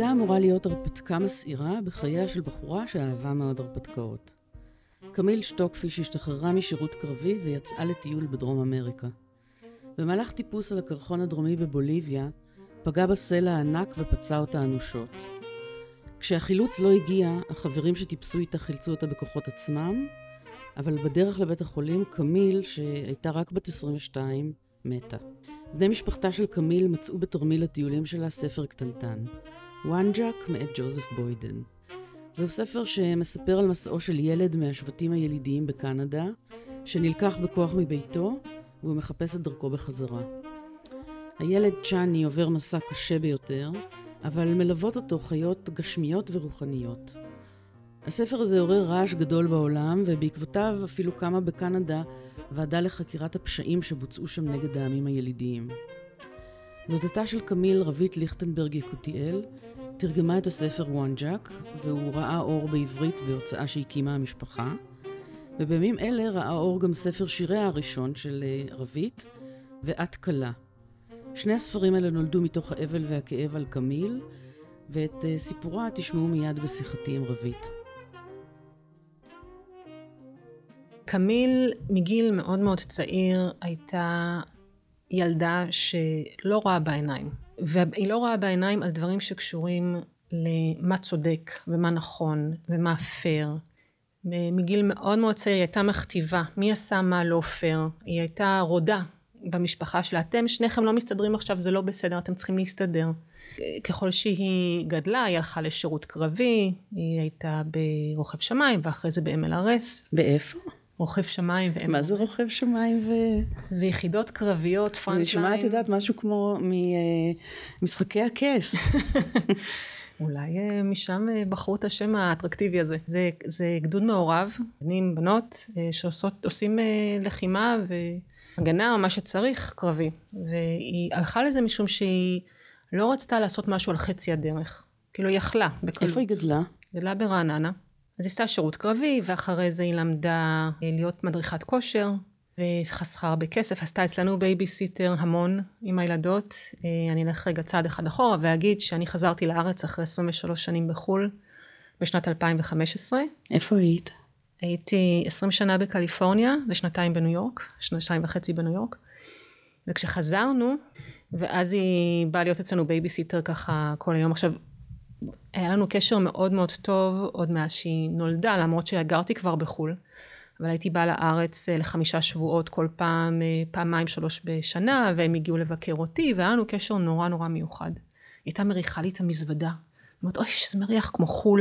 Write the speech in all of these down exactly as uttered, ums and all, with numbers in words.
הייתה אמורה להיות הרפתקה מסעירה בחייה של בחורה שאהבה מאוד הרפתקאות. קמיל שטוקפיש השתחררה משירות קרבי ויצאה לטיול בדרום אמריקה. במהלך טיפוס על הקרחון הדרומי בבוליביה, פגע בסלע הענק ופצע אותה אנושות. כשהחילוץ לא הגיע, החברים שטיפסו איתה חילצו אותה בכוחות עצמם, אבל בדרך לבית החולים, קמיל, שהייתה רק בת עשרים ושתיים, מתה. בני משפחתה של קמיל מצאו בתרמיל הטיולים שלה ספר קטנטן, וואנג'ק מאת ג'וזף בוידן. זהו ספר שמספר על מסעו של ילד מהשבטים הילידיים בקנדה, שנלקח בכוח מביתו, והוא מחפש את דרכו בחזרה. הילד צ'אני עובר מסע קשה ביותר, אבל מלוות אותו חיות גשמיות ורוחניות. הספר הזה עורר רעש גדול בעולם, ובעקבותיו אפילו קמה בקנדה ועדה לחקירת הפשעים שבוצעו שם נגד העמים הילידיים. דודתה של קמיל, רבית ליכטנברג יקותיאל, תרגמה את הספר וואנג'ק, והוא ראה אור בעברית בהוצאה שהקימה המשפחה, ובימים אלה ראה אור גם ספר שיריה הראשון של רבית, ואת קלה. שני הספרים האלה נולדו מתוך האבל והכאב על קמיל, ואת סיפורה תשמעו מיד בשיחתי עם רבית. קמיל מגיל מאוד מאוד צעיר הייתה ילדה שלא רואה בעיניים, והיא לא רואה בעיניים על דברים שקשורים למה צודק ומה נכון ומה פייר. מגיל מאוד מאוד צעיר היא הייתה מכתיבה מי עשה מה לא פייר, היא הייתה רודה במשפחה שלה, אתם שניכם לא מסתדרים עכשיו, זה לא בסדר, אתם צריכים להסתדר. ככל שהיא גדלה, היא הלכה לשירות קרבי, היא הייתה ברוכב שמיים ואחרי זה ב-אם אל אר אס. באיפה? רוכב שמיים ו-אם אל אר אס. מה זה רוכב שמיים ו... זה יחידות קרביות, פרנטליין. זה נשמע, את יודעת, משהו כמו ממשחקי הכס. אולי משם בחרו את השם האטרקטיבי הזה. זה, זה גדוד מעורב, בנים, בנות, שעושים לחימה והגנה או מה שצריך קרבי. והיא הלכה לזה משום שהיא לא רצתה לעשות משהו על חצי הדרך. כאילו היא יכלה בקלות. איפה היא גדלה? גדלה ברעננה. אז היא עשתה שירות קרבי, ואחרי זה היא למדה להיות מדריכת כושר, וחסכה הרבה כסף, עשתה אצלנו בייביסיטר המון עם הילדות. אני אלך רגע צעד אחד אחורה, ואגיד שאני חזרתי לארץ אחרי עשרים ושלוש שנים בחול, בשנת אלפיים וחמש עשרה. איפה היית? הייתי עשרים שנה בקליפורניה, ושנתיים בניו יורק, שנתיים וחצי בניו יורק. וכשחזרנו, ואז היא באה להיות אצלנו בייביסיטר ככה כל היום. עכשיו, היה לנו קשר מאוד מאוד טוב, עוד מאז שהיא נולדה, למרות שהגרתי כבר בחול, אבל הייתי באה לארץ לחמישה שבועות כל פעם, פעמיים שלוש בשנה, והם הגיעו לבקר אותי, והיה לנו קשר נורא נורא מיוחד. היא הייתה מריחה לי את המזוודה, אמרת, אוי, זה מריח כמו חול.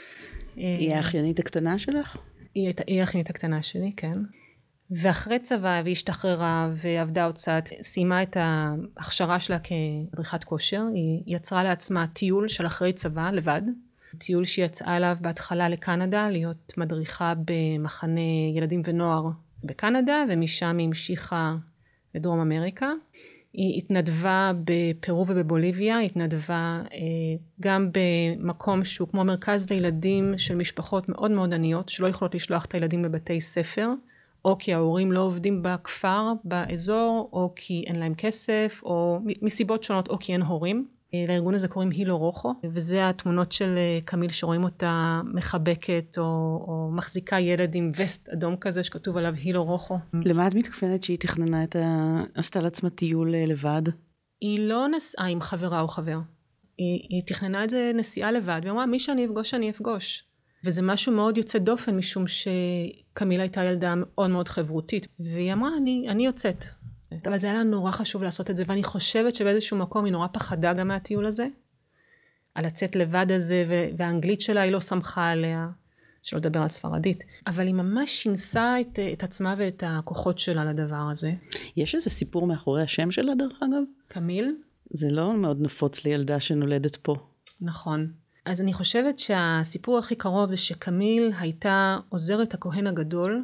היא האחיינית הקטנה שלך? היא הייתה, היא האחיינית הקטנה שלי, כן. ואחרי צבא, והיא השתחררה ועבדה עוד קצת, סיימה את ההכשרה שלה כמדריכת כושר, היא יצרה לעצמה טיול של אחרי צבא לבד, טיול שהיא יצאה אליו בהתחלה לקנדה, להיות מדריכה במחנה ילדים ונוער בקנדה, ומשם היא המשיכה לדרום אמריקה. היא התנדבה בפרו ובבוליביה, היא התנדבה גם במקום שהוא כמו מרכז לילדים של משפחות מאוד מאוד עניות, שלא יכולות לשלוח את הילדים לבתי ספר, או כי ההורים לא עובדים בכפר, באזור, או כי אין להם כסף, או מסיבות שונות, או כי אין הורים. לארגון הזה קוראים הילו רוחו, וזה התמונות של קמיל שרואים אותה מחבקת, או, או מחזיקה ילד עם וסט אדום כזה, שכתוב עליו הילו רוחו. למה את מתכוונת שהיא תכננה את ה... עשתה לעצמה טיול לבד? היא לא נסעה עם חברה או חבר. היא, היא תכננה את זה נסיעה לבד, והיא אמרה, מי שאני אפגוש, אני אפגוש. וזה משהו מאוד יוצא דופן, משום שקמילה הייתה ילדה מאוד מאוד חברותית, והיא אמרה, אני, אני יוצאת. אבל זה היה נורא חשוב לעשות את זה, ואני חושבת שבאיזשהו מקום היא נורא פחדה גם מהטיול הזה, על לצאת לבד הזה, והאנגלית שלה היא לא שמחה עליה, שלא לדבר על ספרדית, אבל היא ממש שינסה את, את עצמה ואת הכוחות שלה לדבר הזה. יש איזה סיפור מאחורי השם שלה דרך אגב? קמיל? זה לא מאוד נפוץ לילדה שנולדת פה. נכון. אז אני חושבת שהסיפור הכי קרוב זה שקמיל הייתה עוזרת הכהן הגדול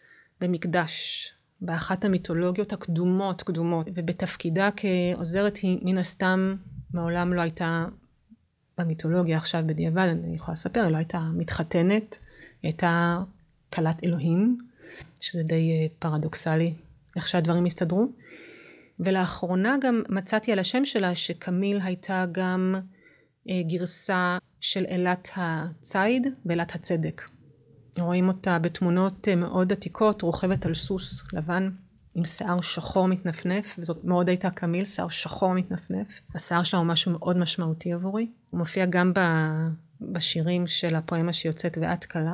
במקדש, באחת המיתולוגיות הקדומות, קדומות, ובתפקידה כעוזרת היא מן הסתם מעולם לא הייתה במיתולוגיה, עכשיו בדיעבד אני יכולה לספר, היא לא הייתה מתחתנת, היא הייתה כלת אלוהים, שזה די פרדוקסלי, איך שהדברים הסתדרו, ולאחרונה גם מצאתי על השם שלה שקמיל הייתה גם גרסה של אלת הציד ואלת הצדק. רואים אותה בתמונות מאוד עתיקות, רוכבת על סוס לבן, עם שיער שחור מתנפנף, וזאת מאוד הייתה קמיל, שיער שחור מתנפנף. השיער שלה הוא משהו מאוד משמעותי עבורי. הוא מופיע גם בשירים של הפואמה שיוצאת ואת קלה,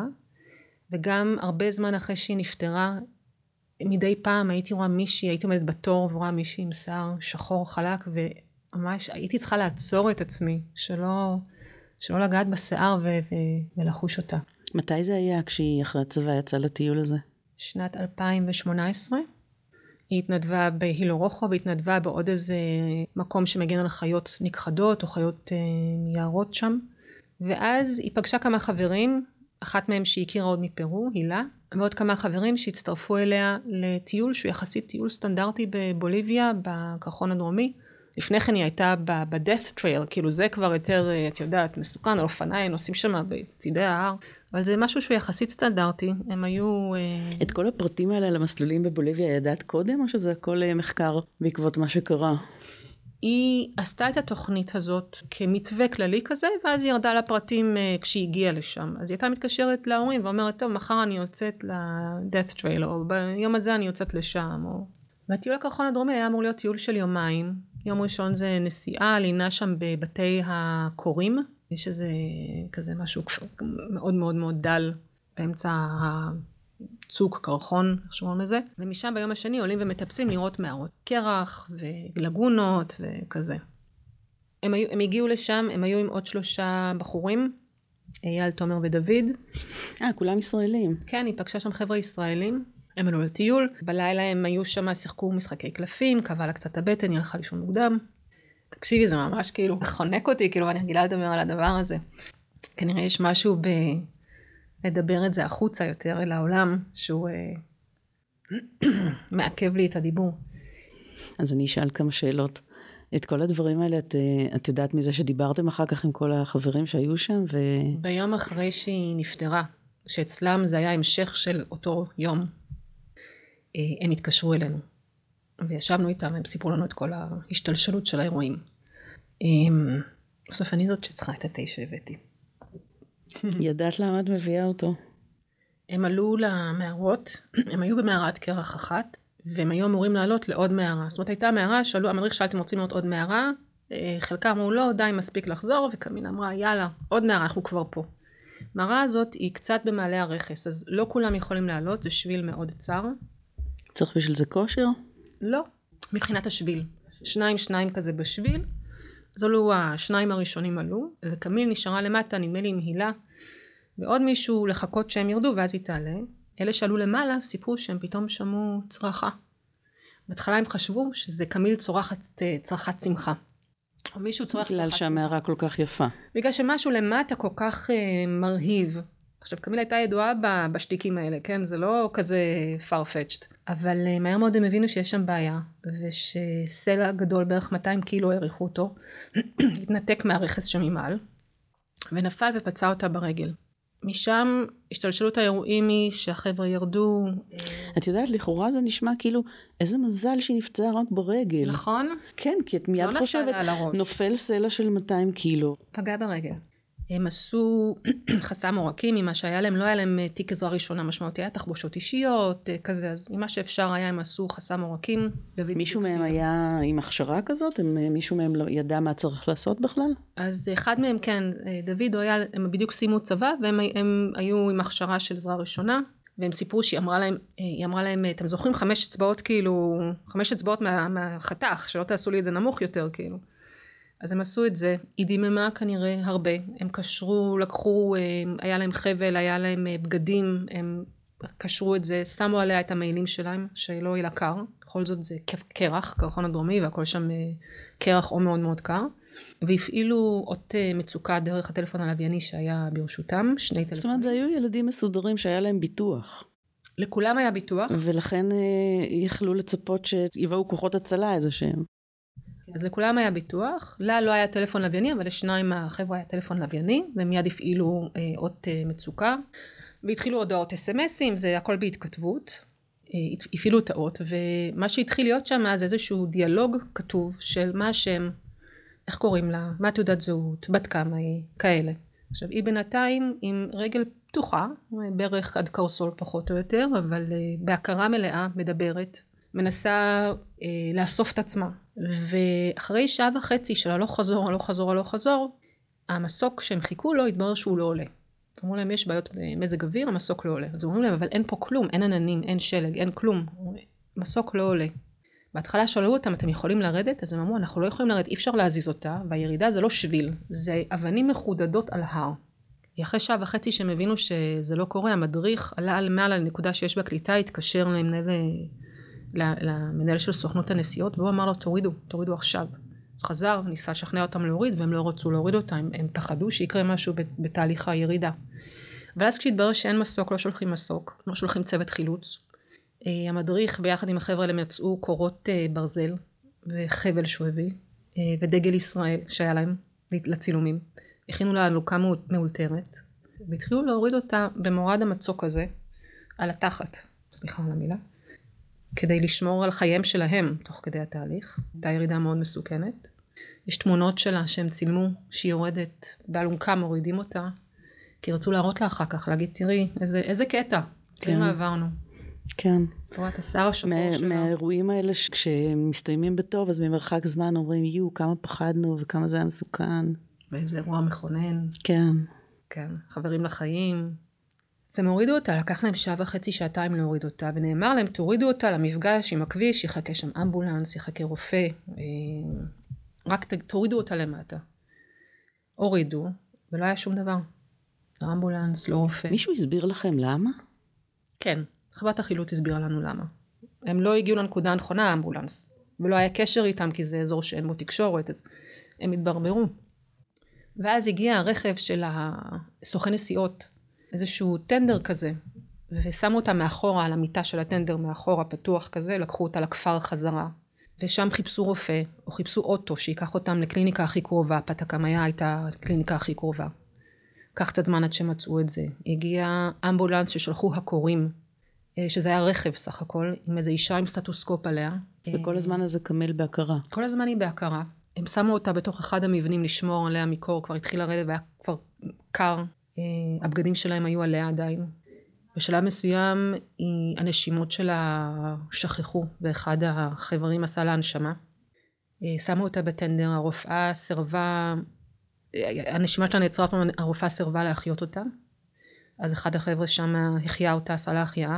וגם הרבה זמן אחרי שהיא נפטרה, מדי פעם הייתי רואה מישהי, הייתי עומדת בתור ורואה מישהי עם שיער שחור חלק, וממש הייתי צריכה לעצור את עצמי, שלא, שלא לגעת בשיער ו- ו- ולחוש אותה. מתי זה היה כשהיא אחרי הצבא יצאה לטיול הזה? שנת אלפיים ושמונה עשרה. היא התנדבה בהילו רוחו, והתנדבה בעוד איזה מקום שמגן על חיות נכחדות, או חיות אה, מיערות שם. ואז היא פגשה כמה חברים, אחת מהם שהיא הכירה עוד מפרו, הילה, ועוד כמה חברים שהצטרפו אליה לטיול, שהוא יחסית טיול סטנדרטי בבוליביה, בקרחון הדרומי. לפני כן היא הייתה ב-death trail, כאילו זה כבר יותר, את יודעת, מסוכן, על אופניים, נוסעים שם בצדי ההר, אבל זה משהו שהוא יחסית סטנדרטי, הם היו... את כל הפרטים האלה על המסלולים בבוליביה ידעת קודם, או שזה הכל מחקר בעקבות מה שקרה? היא עשתה את התוכנית הזאת כמתווה כללי כזה, ואז היא ירדה לפרטים כשהיא הגיעה לשם. אז היא הייתה מתקשרת להורים ואומרת, טוב, מחר אני יוצאת ל-death trail, או ביום הזה אני יוצאת לשם, או... והטיול הקרחון הדרומי היה אמור להיות טיול של יומיים. יום ראשון זה נסיעה, לינה שם בבתי הקורים. יש איזה כזה משהו מאוד מאוד מאוד דל באמצע הצוק, קרחון, איך שאומרים לזה. ומשם ביום השני עולים ומטפסים לראות מערות קרח ולגונות וכזה. הם, היו, הם הגיעו לשם, הם היו עם עוד שלושה בחורים, אייל, תומר ודוד. אה, כולם ישראלים. כן, היא פגשה שם חבר'ה ישראלים. הם עלו לטיול, בלילה הם היו שם, שיחקו משחקי קלפים, קבע לה קצת הבטן, היא הלכה לישון מוקדם. תקשיבי, זה ממש כאילו חונק אותי, כאילו אני רגילה לדבר על הדבר הזה. כנראה יש משהו ב... לדבר את זה החוצה יותר אל העולם, שהוא מעכב לי את הדיבור. אז אני אשאל כמה שאלות. את כל הדברים האלה, את, את יודעת מזה שדיברתם אחר כך עם כל החברים שהיו שם? ו... ביום אחרי שהיא נפטרה, שאצלם זה היה המשך של אותו יום, הם התקשרו אלינו. וישבנו איתם, הם סיפרו לנו את כל ההשתלשלות של האירועים. בסוף אני זאת שצריכה את התה שהבאתי. ידעת למה את מביאה אותו? הם עלו למערות, הם היו במערת קרח אחת, והם היו אמורים לעלות לעוד מערה. זאת אומרת, הייתה מערה, שאלו, המדריך שאל, אתם רוצים לראות עוד מערה? חלקם אמרו, לא, די, מספיק לחזור, וקמינה אמרה, יאללה, עוד מערה, אנחנו כבר פה. המערה הזאת היא קצת במעלה הרכס, אז לא כולם יכולים לעלות, זה שביל מאוד צר. צריך בשביל זה כושר? לא, מבחינת השביל. שניים, שניים כזה בשביל, אז עלו השניים הראשונים עלו, וקמיל נשארה למטה, נדמה לי עם הילה, ועוד מישהו לחכות שהם ירדו, ואז היא תעלה. אלה שעלו למעלה, סיפרו שהם פתאום שמעו צרחה. בהתחלה הם חשבו שזה קמיל צורחת, צרחת שמחה. או מישהו צורח צרחת שמחה. בגלל שהמערה כל כך יפה. בגלל שמשהו למטה כל כך uh, מרהיב. עכשיו, קמיל הייתה ידועה בשתיקים האלה, כן? זה לא כזה farfetched. אבל uh, מהר מאוד הם הבינו שיש שם בעיה, ושסלע גדול בערך מאתיים קילו העריכו אותו, התנתק מהרכס שם ממעל, ונפל ופצע אותה ברגל. משם השתלשלות האירועים היא שהחבר'ה ירדו. את יודעת, לכאורה זה נשמע כאילו, איזה מזל שהיא נפצעה רק ברגל. נכון? כן, כי את מיד לא חושבת, נופל סלע של מאתיים קילו. פגע ברגל. הם עשו חסם עורקים, ממה שהיה להם, לא היה להם תיק עזרה ראשונה משמעותי, היה תחבושות אישיות, כזה, אז ממה שאפשר היה, הם עשו חסם עורקים. מישהו מהם היה עם הכשרה כזאת? מישהו מהם ידע מה צריך לעשות בכלל? אז אחד מהם, כן, דוד, היה, הם בדיוק סיימו צבא, והם הם היו עם הכשרה של עזרה ראשונה, והם סיפרו שהיא אמרה להם, היא אמרה להם, אתם זוכרים חמש אצבעות, כאילו, חמש אצבעות מה, מהחתך, שלא תעשו לי את זה נמוך יותר, כאילו. אז הם עשו את זה, היא דיממה כנראה הרבה, הם קשרו, לקחו, היה להם חבל, היה להם בגדים, הם קשרו את זה, שמו עליה את המעילים שלהם, שלא יהיה לה קר, בכל זאת זה קרח, קרחון הדרומי, והכל שם קרח או מאוד מאוד קר, והפעילו אות מצוקה דרך הטלפון הלווייני שהיה ברשותם, שני טלפונים. זאת אומרת, זה היו ילדים מסודרים שהיה להם ביטוח. לכולם היה ביטוח. ולכן יכלו לצפות שיבואו כוחות הצלה איזה שהם. אז לכולם היה ביטוח, לה לא היה טלפון לווייני, אבל לשניים מהחבר'ה היה טלפון לווייני, והם מיד הפעילו אה, אות אה, מצוקה, והתחילו הודעות אס-אמסים, זה הכל בהתכתבות, אה, הפעילו את האות, ומה שהתחיל להיות שם זה איזשהו דיאלוג כתוב של מה השם, איך קוראים לה, מה תעודת זהות, בת כמה היא, כאלה. עכשיו היא בינתיים עם רגל פתוחה, בערך עד קרסול פחות או יותר, אבל בהכרה מלאה מדברת, מנסה אה, לאסוף את עצמה. ואחרי שעה וחצי של הלוך חזור, הלוך חזור, הלוך חזור, המסוק שהם חיכו לו התברר שהוא לא עולה. אמרו להם יש בעיות במזג אוויר, המסוק לא עולה. אז אומרים להם אבל אין פה כלום, אין עננים, אין שלג, אין כלום. המסוק לא עולה. בהתחלה שאלו אותם, אתם יכולים לרדת? אז הם אמרו, אנחנו לא יכולים לרדת, אי אפשר להזיז אותה, והירידה זה לא שביל, זה אבנים מחודדות על הר. אחרי שעה וחצי שהם הבינו שזה לא קורה, המדריך עלה על מעל לנקודה שיש בה קליטה, התקשר למנהל, למנהל של סוכנות הנסיעות, והוא אמר לו, תורידו, תורידו עכשיו. אז חזר, ניסה לשכנע אותם להוריד, והם לא רצו להוריד אותה, הם, הם פחדו שיקרה משהו בתהליך הירידה. אבל אז כשהתברר שאין מסוק, לא שולחים מסוק, לא שולחים צוות חילוץ, המדריך ביחד עם החבר'ה הם יצאו קורות ברזל וחבל שהוא הביא ודגל ישראל שהיה להם לצילומים. הכינו לה עלוקה מאולתרת והתחילו להוריד אותה במורד המצוק הזה על התחת, סליחה על המילה, כדי לשמור על חייהם שלהם תוך כדי התהליך. הייתה ירידה מאוד מסוכנת. יש תמונות שלה שהם צילמו שהיא יורדת באלונקה, מורידים אותה כי רצו להראות לה אחר כך, להגיד תראי איזה, איזה קטע, תראי מה עברנו. כן. זאת אומרת, השר השחור שלה. מהאירועים האלה כשהם מסתיימים בטוב, אז ממרחק זמן אומרים, יו, כמה פחדנו וכמה זה היה מסוכן. ואיזה אירוע מכונן. כן. כן, חברים לחיים. אז הם הורידו אותה, לקח להם שעה וחצי, שעתיים להוריד אותה, ונאמר להם, תורידו אותה למפגש עם הכביש, יחכה שם אמבולנס, יחכה רופא, רק תורידו אותה למטה. הורידו, ולא היה שום דבר. לא אמבולנס, לא רופא. מישהו הסביר לכם למה? כן. חברת החילוץ הסבירה לנו למה. הם לא הגיעו לנקודה הנכונה, האמבולנס, ולא היה קשר איתם, כי זה אזור שאין בו תקשורת, אז הם התברברו. ואז הגיע הרכב של הסוכן נסיעות, איזשהו טנדר כזה, ושמו אותה מאחורה, על המיטה של הטנדר, מאחורה פתוח כזה, לקחו אותה לכפר חזרה, ושם חיפשו רופא, או חיפשו אוטו, שיקח אותם לקליניקה הכי קרובה, פתקמיה הייתה הקליניקה הכי קרובה. קח קצת זמן עד שמצאו את זה. הגיע אמבולנס ששלחו הקוראים, שזה היה רכב סך הכל, עם איזו אישה עם סטטוסקופ עליה. וכל הזמן הזה קמיל בהכרה. כל הזמן היא בהכרה. הם שמו אותה בתוך אחד המבנים לשמור עליה מקור, כבר התחיל לרדת והיה כבר קר. הבגדים שלהם היו עליה עדיין. בשלב מסוים הנשימות שלה שכחו, ואחד החברים עשה לה הנשמה. שמו אותה בטנדר, הרופאה סרבה, הנשימה שלה נעצרה, הרופאה סרבה להחיות אותה. אז אחד החבר'ה שם החיה אותה, עשה לה החייאה.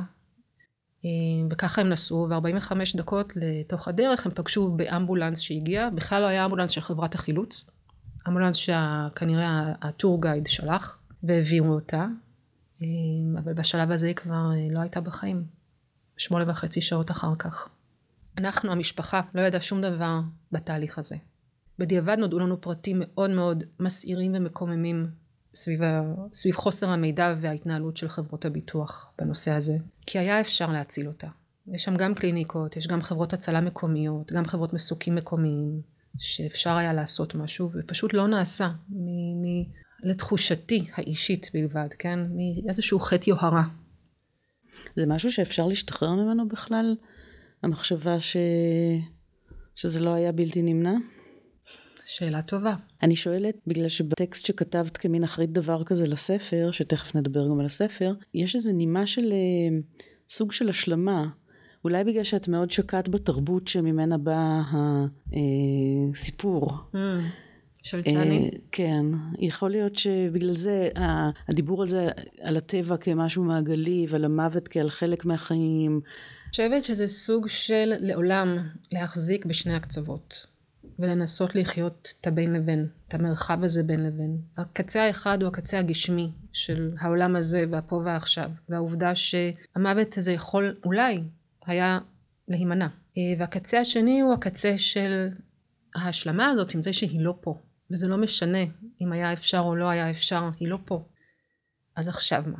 וככה הם נסעו, ו-ארבעים וחמש דקות לתוך הדרך הם פגשו באמבולנס שהגיע, בכלל לא היה אמבולנס של חברת החילוץ, אמבולנס שכנראה הטור גייד שלח, והעבירו אותה, אבל בשלב הזה היא כבר לא הייתה בחיים, שמונה וחצי שעות אחר כך. אנחנו, המשפחה, לא ידעה שום דבר בתהליך הזה. בדיעבד נודעו לנו פרטים מאוד מאוד מסעירים ומקוממים, סביב, סביב חוסר המידע וההתנהלות של חברות הביטוח בנושא הזה. כי היה אפשר להציל אותה. יש שם גם קליניקות, יש גם חברות הצלה מקומיות, גם חברות מסוקים מקומיים, שאפשר היה לעשות משהו, ופשוט לא נעשה, מ- מ- לתחושתי האישית בלבד, כן? מאיזשהו חטא יוהרה. זה משהו שאפשר להשתחרר ממנו בכלל? המחשבה ש... שזה לא היה בלתי נמנע? שאלה טובה. אני שואלת, בגלל שבטקסט שכתבת כמין אחרית דבר כזה לספר, שתכף נדבר גם על הספר, יש איזו נימה של סוג של השלמה, אולי בגלל שאת מאוד שקעת בתרבות שממנה בא הסיפור. Mm, של צ'אני? כן, יכול להיות שבגלל זה הדיבור על זה, על הטבע כמשהו מעגלי, ועל המוות כעל חלק מהחיים. אני חושבת שזה סוג של לעולם להחזיק בשני הקצוות. ולנסות לחיות את הבין לבין, את המרחב הזה בין לבין. הקצה האחד הוא הקצה הגשמי של העולם הזה והפה ועכשיו, והעובדה שהמוות הזה יכול אולי היה להימנע. והקצה השני הוא הקצה של ההשלמה הזאת עם זה שהיא לא פה, וזה לא משנה אם היה אפשר או לא היה אפשר, היא לא פה. אז עכשיו מה?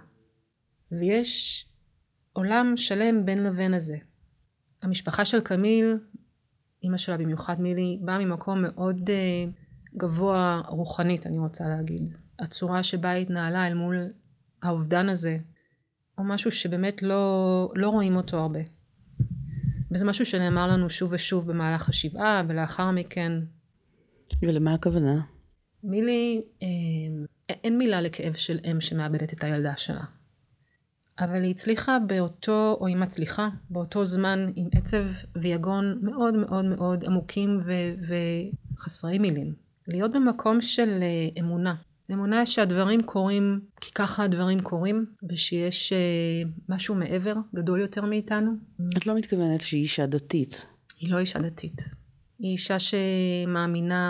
ויש עולם שלם בין לבין הזה. המשפחה של קמיל, אמא שלה במיוחד מילי, באה ממקום מאוד uh, גבוה רוחנית, אני רוצה להגיד. הצורה שבה היא התנהלה אל מול האובדן הזה, או משהו שבאמת לא, לא רואים אותו הרבה. וזה משהו שנאמר לנו שוב ושוב במהלך השבעה, ולאחר מכן ולמה הכוונה? מילי, אה, אין מילה לכאב של אם שמאבדת את הילדה שלה. אבל היא הצליחה באותו, או היא מצליחה, באותו זמן עם עצב ויגון מאוד מאוד מאוד עמוקים ו- וחסרי מילים. להיות במקום של אמונה. אמונה שהדברים קורים כי ככה הדברים קורים, ושיש משהו מעבר, גדול יותר מאיתנו. את לא מתכוונת שהיא אישה דתית. היא לא אישה דתית. היא אישה שמאמינה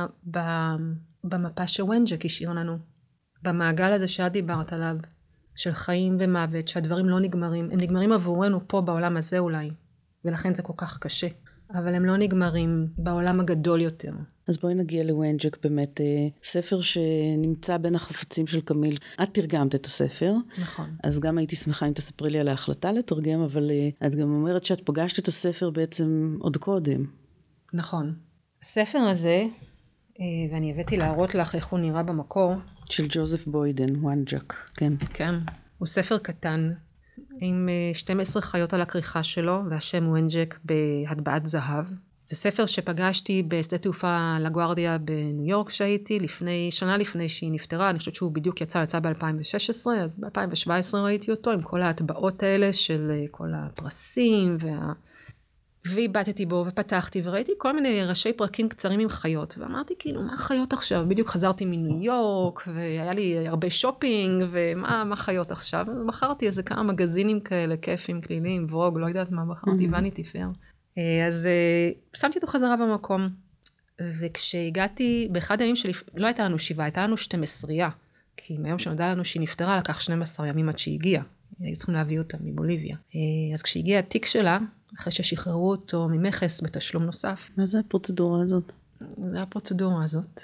במפה שוונג'ק השאיר לנו. במעגל הזה שאת דיברת עליו. של חיים ומוות, שהדברים לא נגמרים. הם נגמרים עבורנו פה בעולם הזה אולי, ולכן זה כל כך קשה. אבל הם לא נגמרים בעולם הגדול יותר. אז בואי נגיע לוונג'ק, באמת ספר שנמצא בין החפצים של קמיל. את תרגמת את הספר. נכון. אז גם הייתי שמחה אם תספרי לי על ההחלטה לתרגם, אבל את גם אומרת שאת פגשת את הספר בעצם עוד קודם. נכון. הספר הזה, ואני הבאתי להראות לך איך הוא נראה במקור. של ג'וזף בוידן, וונג'ק, כן. כן. הוא ספר קטן, עם שתים עשרה חיות על הכריכה שלו, והשם וונג'ק בהטבעת זהב. זה ספר שפגשתי בשדה תעופה לגוארדיה בניו יורק שהייתי, לפני, שנה לפני שהיא נפטרה, אני חושבת שהוא בדיוק יצא, יצא ב-אלפיים ושש עשרה, אז ב-אלפיים שבע עשרה ראיתי אותו, עם כל ההטבעות האלה של כל הפרסים, וה... והיבטתי בו ופתחתי, וראיתי כל מיני ראשי פרקים קצרים עם חיות, ואמרתי כאילו, מה חיות עכשיו? בדיוק חזרתי מניו יורק, והיה לי הרבה שופינג, ומה מה חיות עכשיו? אז בחרתי איזה כמה מגזינים כאלה, כיפים, כלילים, ווג, לא יודעת מה בחרתי, וניטי פייר. אז שמתי אותו חזרה במקום, וכשהגעתי, באחד הימים שלי, לא הייתה לנו שבעה, הייתה לנו שתים עשרה, כי מהיום שנודע לנו שהיא נפטרה, לקח שנים עשר ימים עד שהיא הגיעה, היו צריכים להביא אותה מבוליביה. אז כשהגיע התיק שלה, אחרי ששחררו אותו ממכס בתשלום נוסף. מה זה הפרוצדורה הזאת? זה הפרוצדורה הזאת.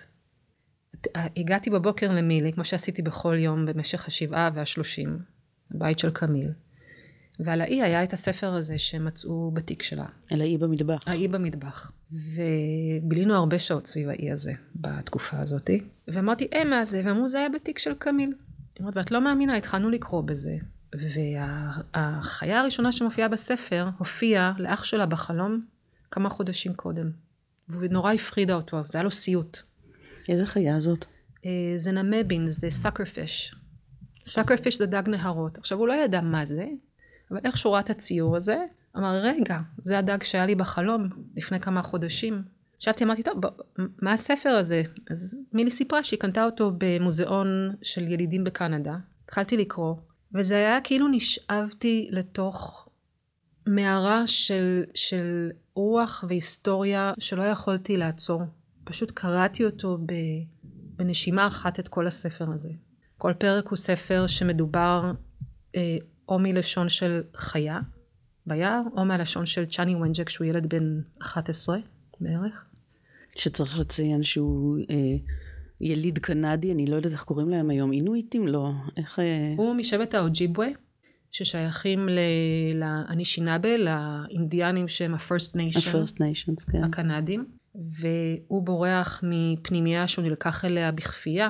הגעתי בבוקר למילי, כמו שעשיתי בכל יום במשך השבעה והשלושים, בבית של קמיל. ועל האי היה את הספר הזה שמצאו בתיק שלה. על האי במטבח. האי במטבח. ובילינו הרבה שעות סביב האי הזה, בתקופה הזאת. ואמרתי, אה, מה זה? ואמרו, זה היה בתיק של קמיל. אמרתי, ואת לא מאמינה, התחלנו לקרוא בזה. והחיה הראשונה שמופיעה בספר, הופיעה לאח שלה בחלום כמה חודשים קודם. והוא נורא הפחידה אותו, זה היה לו סיוט. איזה חיה זאת? זה נמבין, זה סאקרפיש. סאקרפיש זה דג נהרות. עכשיו הוא לא ידע מה זה, אבל איך שהוא ראה את הציור הזה, אמר, רגע, זה הדג שהיה לי בחלום לפני כמה חודשים. שבתי, אמרתי, טוב, מה הספר הזה? אז מילי סיפרה שהיא קנתה אותו במוזיאון של ילידים בקנדה. התחלתי לקרוא, וזה היה כאילו נשאבתי לתוך מערה של, של רוח והיסטוריה שלא יכולתי לעצור. פשוט קראתי אותו בנשימה אחת את כל הספר הזה. כל פרק הוא ספר שמדובר אה, או מלשון של חיה ביער, או מהלשון של צ'אני וונג'ק, שהוא ילד בן אחת עשרה בערך. שצריך לציין שהוא אה, יליד קנדי, אני לא יודעת איך קוראים להם היום, אינואיטים? לא. איך... אה... הוא משבט האוג'יבווה, ששייכים לאנישינאבה, לאינדיאנים שהם ה-First Nation, ה-First Nations, כן. הקנדים, והוא בורח מפנימיה שהוא נלקח אליה בכפייה,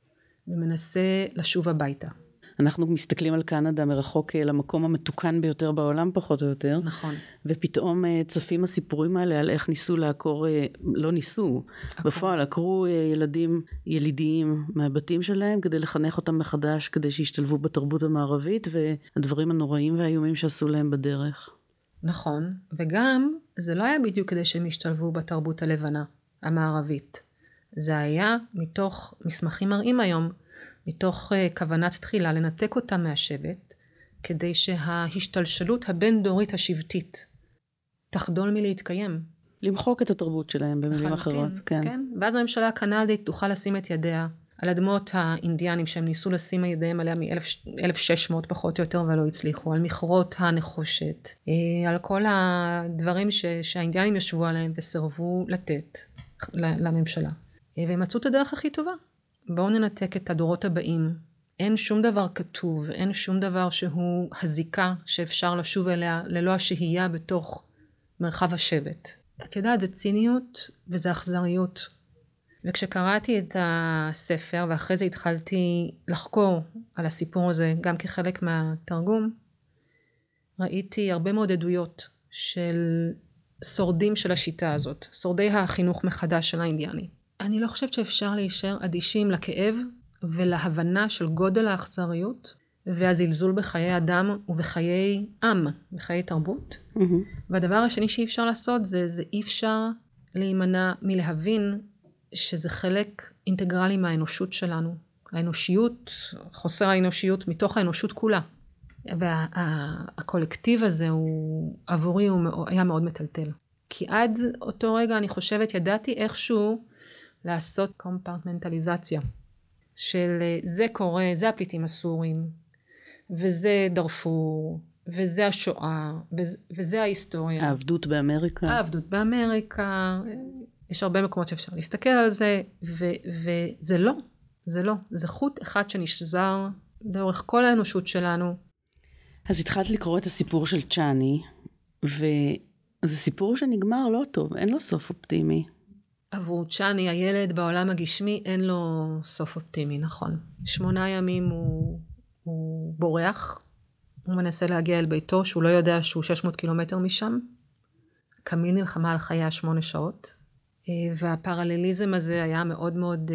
ומנסה לשוב הביתה. אנחנו מסתכלים על קנדה מרחוק למקום המתוקן ביותר בעולם פחות או יותר. נכון. ופתאום צפים הסיפורים האלה על איך ניסו לעקור, לא ניסו, עקור. בפועל עקרו ילדים ילידיים מהבתים שלהם כדי לחנך אותם מחדש, כדי שישתלבו בתרבות המערבית, והדברים הנוראים והאיומים שעשו להם בדרך. נכון, וגם זה לא היה בדיוק כדי שהם ישתלבו בתרבות הלבנה, המערבית. זה היה מתוך מסמכים מראים היום, מתוך uh, כוונת תחילה לנתק אותם מהשבט, כדי שההשתלשלות הבין-דורית השבטית תחדול מלהתקיים. למחוק את התרבות שלהם במילים אחרות. כן. כן. ואז הממשלה הקנדית תוכל לשים את ידיה על אדמות האינדיאנים שהם ניסו לשים ידיהם עליה מ-אלף ושש מאות פחות או יותר ולא הצליחו, על מכרות הנחושת, על כל הדברים ש- שהאינדיאנים ישבו עליהם וסרבו לתת לממשלה. והם מצאו את הדרך הכי טובה. בואו ננתק את הדורות הבאים. אין שום דבר כתוב, אין שום דבר שהוא הזיקה שאפשר לשוב אליה ללא השהייה בתוך מרחב השבט. את יודעת, זה ציניות וזה אכזריות. וכשקראתי את הספר ואחרי זה התחלתי לחקור על הסיפור הזה גם כחלק מהתרגום, ראיתי הרבה מאוד עדויות של שורדים של השיטה הזאת, שורדי החינוך מחדש של האינדיאני. אני לא חושבת שאפשר להישאר אדישים לכאב ולהבנה של גודל האכזריות והזלזול בחיי אדם ובחיי עם, בחיי תרבות. Mm-hmm. והדבר השני שאי אפשר לעשות זה, זה אי אפשר להימנע מלהבין שזה חלק אינטגרלי מהאנושות שלנו. האנושיות, חוסר האנושיות מתוך האנושות כולה. והקולקטיב הזה הוא, עבורי הוא היה מאוד מטלטל. כי עד אותו רגע אני חושבת ידעתי איכשהו לעשות קומפרטמנטליזציה. של זה קורה, זה הפליטים הסורים, וזה דרפור, וזה השואה, וזה, וזה ההיסטוריה. העבדות באמריקה. העבדות באמריקה, יש הרבה מקומות שאפשר להסתכל על זה, ו, וזה לא, זה לא. זה חוט אחד שנשזר לאורך כל האנושות שלנו. אז התחלת לקרוא את הסיפור של צ'אני, וזה סיפור שנגמר לא טוב, אין לו סוף אופטימי. עבור צ'אני, הילד בעולם הגשמי, אין לו סוף אופטימי, נכון. שמונה ימים הוא, הוא בורח, הוא מנסה להגיע אל ביתו, שהוא לא יודע שהוא שש מאות קילומטר משם. קמיל נלחמה על חייה שמונה שעות, והפרלליזם הזה היה מאוד מאוד,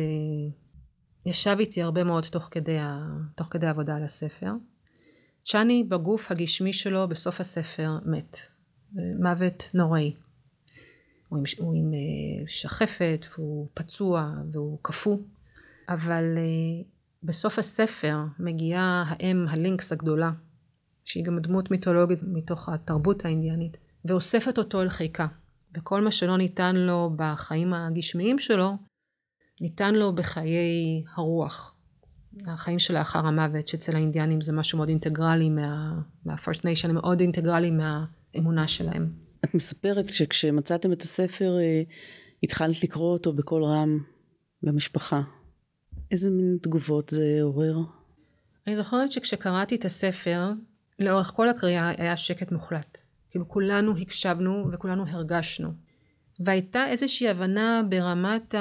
ישב איתי הרבה מאוד תוך כדי, תוך כדי עבודה על הספר. צ'אני בגוף הגשמי שלו בסוף הספר מת, מוות נוראי. הוא עם, הוא עם שחפת, והוא פצוע, והוא קפוא. אבל בסוף הספר מגיעה האם הלינקס הגדולה, שהיא גם דמות מיתולוגית מתוך התרבות האינדיאנית, ואוספת אותו אל חיקה. וכל מה שלא ניתן לו בחיים הגשמיים שלו, ניתן לו בחיי הרוח. החיים שלאחר המוות, שאצל האינדיאנים זה משהו מאוד אינטגרלי מה, מה-First Nation, מאוד אינטגרלי מהאמונה שלהם. את מספרת שכשמצאתם את הספר, התחלת לקרוא אותו בכל רם במשפחה. איזה מין תגובות זה עורר? אני זוכרת שכשקראתי את הספר, לאורך כל הקריאה היה שקט מוחלט. כאילו כולנו הקשבנו וכולנו הרגשנו. והייתה איזושהי הבנה ברמת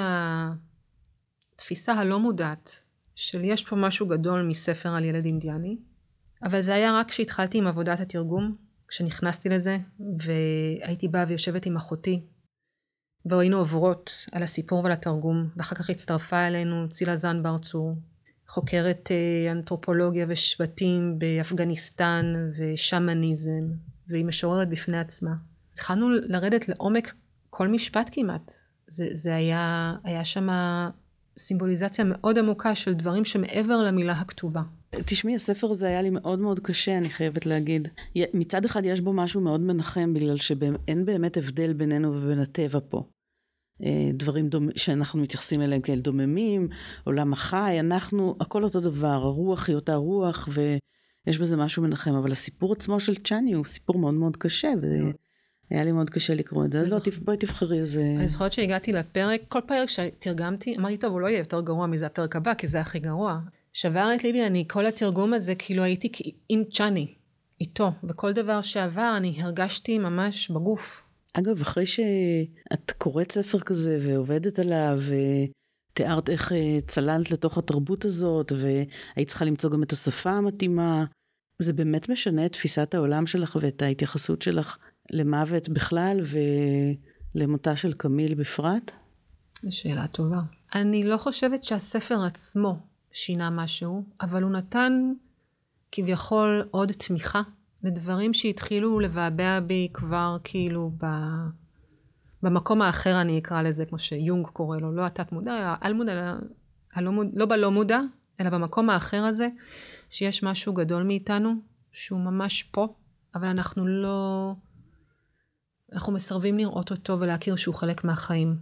התפיסה הלא מודעת, של יש פה משהו גדול מספר על ילד אינדיאני. אבל זה היה רק כשהתחלתי עם עבודת התרגום, כשנכנסתי לזה, והייתי באה ויושבת עם אחותי, והיינו עוברות על הסיפור ועל התרגום, ואחר כך הצטרפה אלינו צילה זן בר צור, חוקרת אנתרופולוגיה ושבטים באפגניסטן ושמניזם, והיא משוררת בפני עצמה. התחלנו לרדת לעומק כל משפט כמעט. זה, זה היה, היה שם סימבוליזציה מאוד עמוקה של דברים שמעבר למילה הכתובה. תשמעי, הספר הזה היה לי מאוד מאוד קשה, אני חייבת להגיד. מצד אחד יש בו משהו מאוד מנחם, בגלל שאין באמת הבדל בינינו ובין הטבע פה. דברים דומ... שאנחנו מתייחסים אליהם כאל דוממים, עולם החי, אנחנו, הכל אותו דבר, הרוח היא אותה רוח, ויש בזה משהו מנחם, אבל הסיפור עצמו של צ'אני הוא סיפור מאוד מאוד קשה, והיה לי מאוד קשה לקרוא את זה, אז לא, בואי תבחרי איזה... אני זוכרת שהגעתי לפרק, כל פרק שתרגמתי, אמרתי, טוב, הוא לא יהיה יותר גרוע מזה הפרק הבא, כי זה הכי גרוע. שבר את ליבי, אני, כל התרגום הזה, כאילו הייתי עם צ'אני, איתו, וכל דבר שעבר, אני הרגשתי ממש בגוף. אגב, אחרי שאת קוראת ספר כזה ועובדת עליו, ותיארת איך צללת לתוך התרבות הזאת, והיית צריכה למצוא גם את השפה המתאימה, זה באמת משנה את תפיסת העולם שלך ואת ההתייחסות שלך למוות בכלל, ולמותה של קמיל בפרט? זו שאלה טובה. אני לא חושבת שהספר עצמו שינה משהו, אבל הוא נתן כביכול עוד תמיכה, לדברים שהתחילו לבעבע בי כבר כאילו ב... במקום האחר אני אקרא לזה, כמו שיונג קורא לו, לא התת מודע, על מודע, הלא מודע, לא בלא מודע, אלא במקום האחר הזה, שיש משהו גדול מאיתנו, שהוא ממש פה, אבל אנחנו לא, אנחנו מסרבים לראות אותו ולהכיר שהוא חלק מהחיים.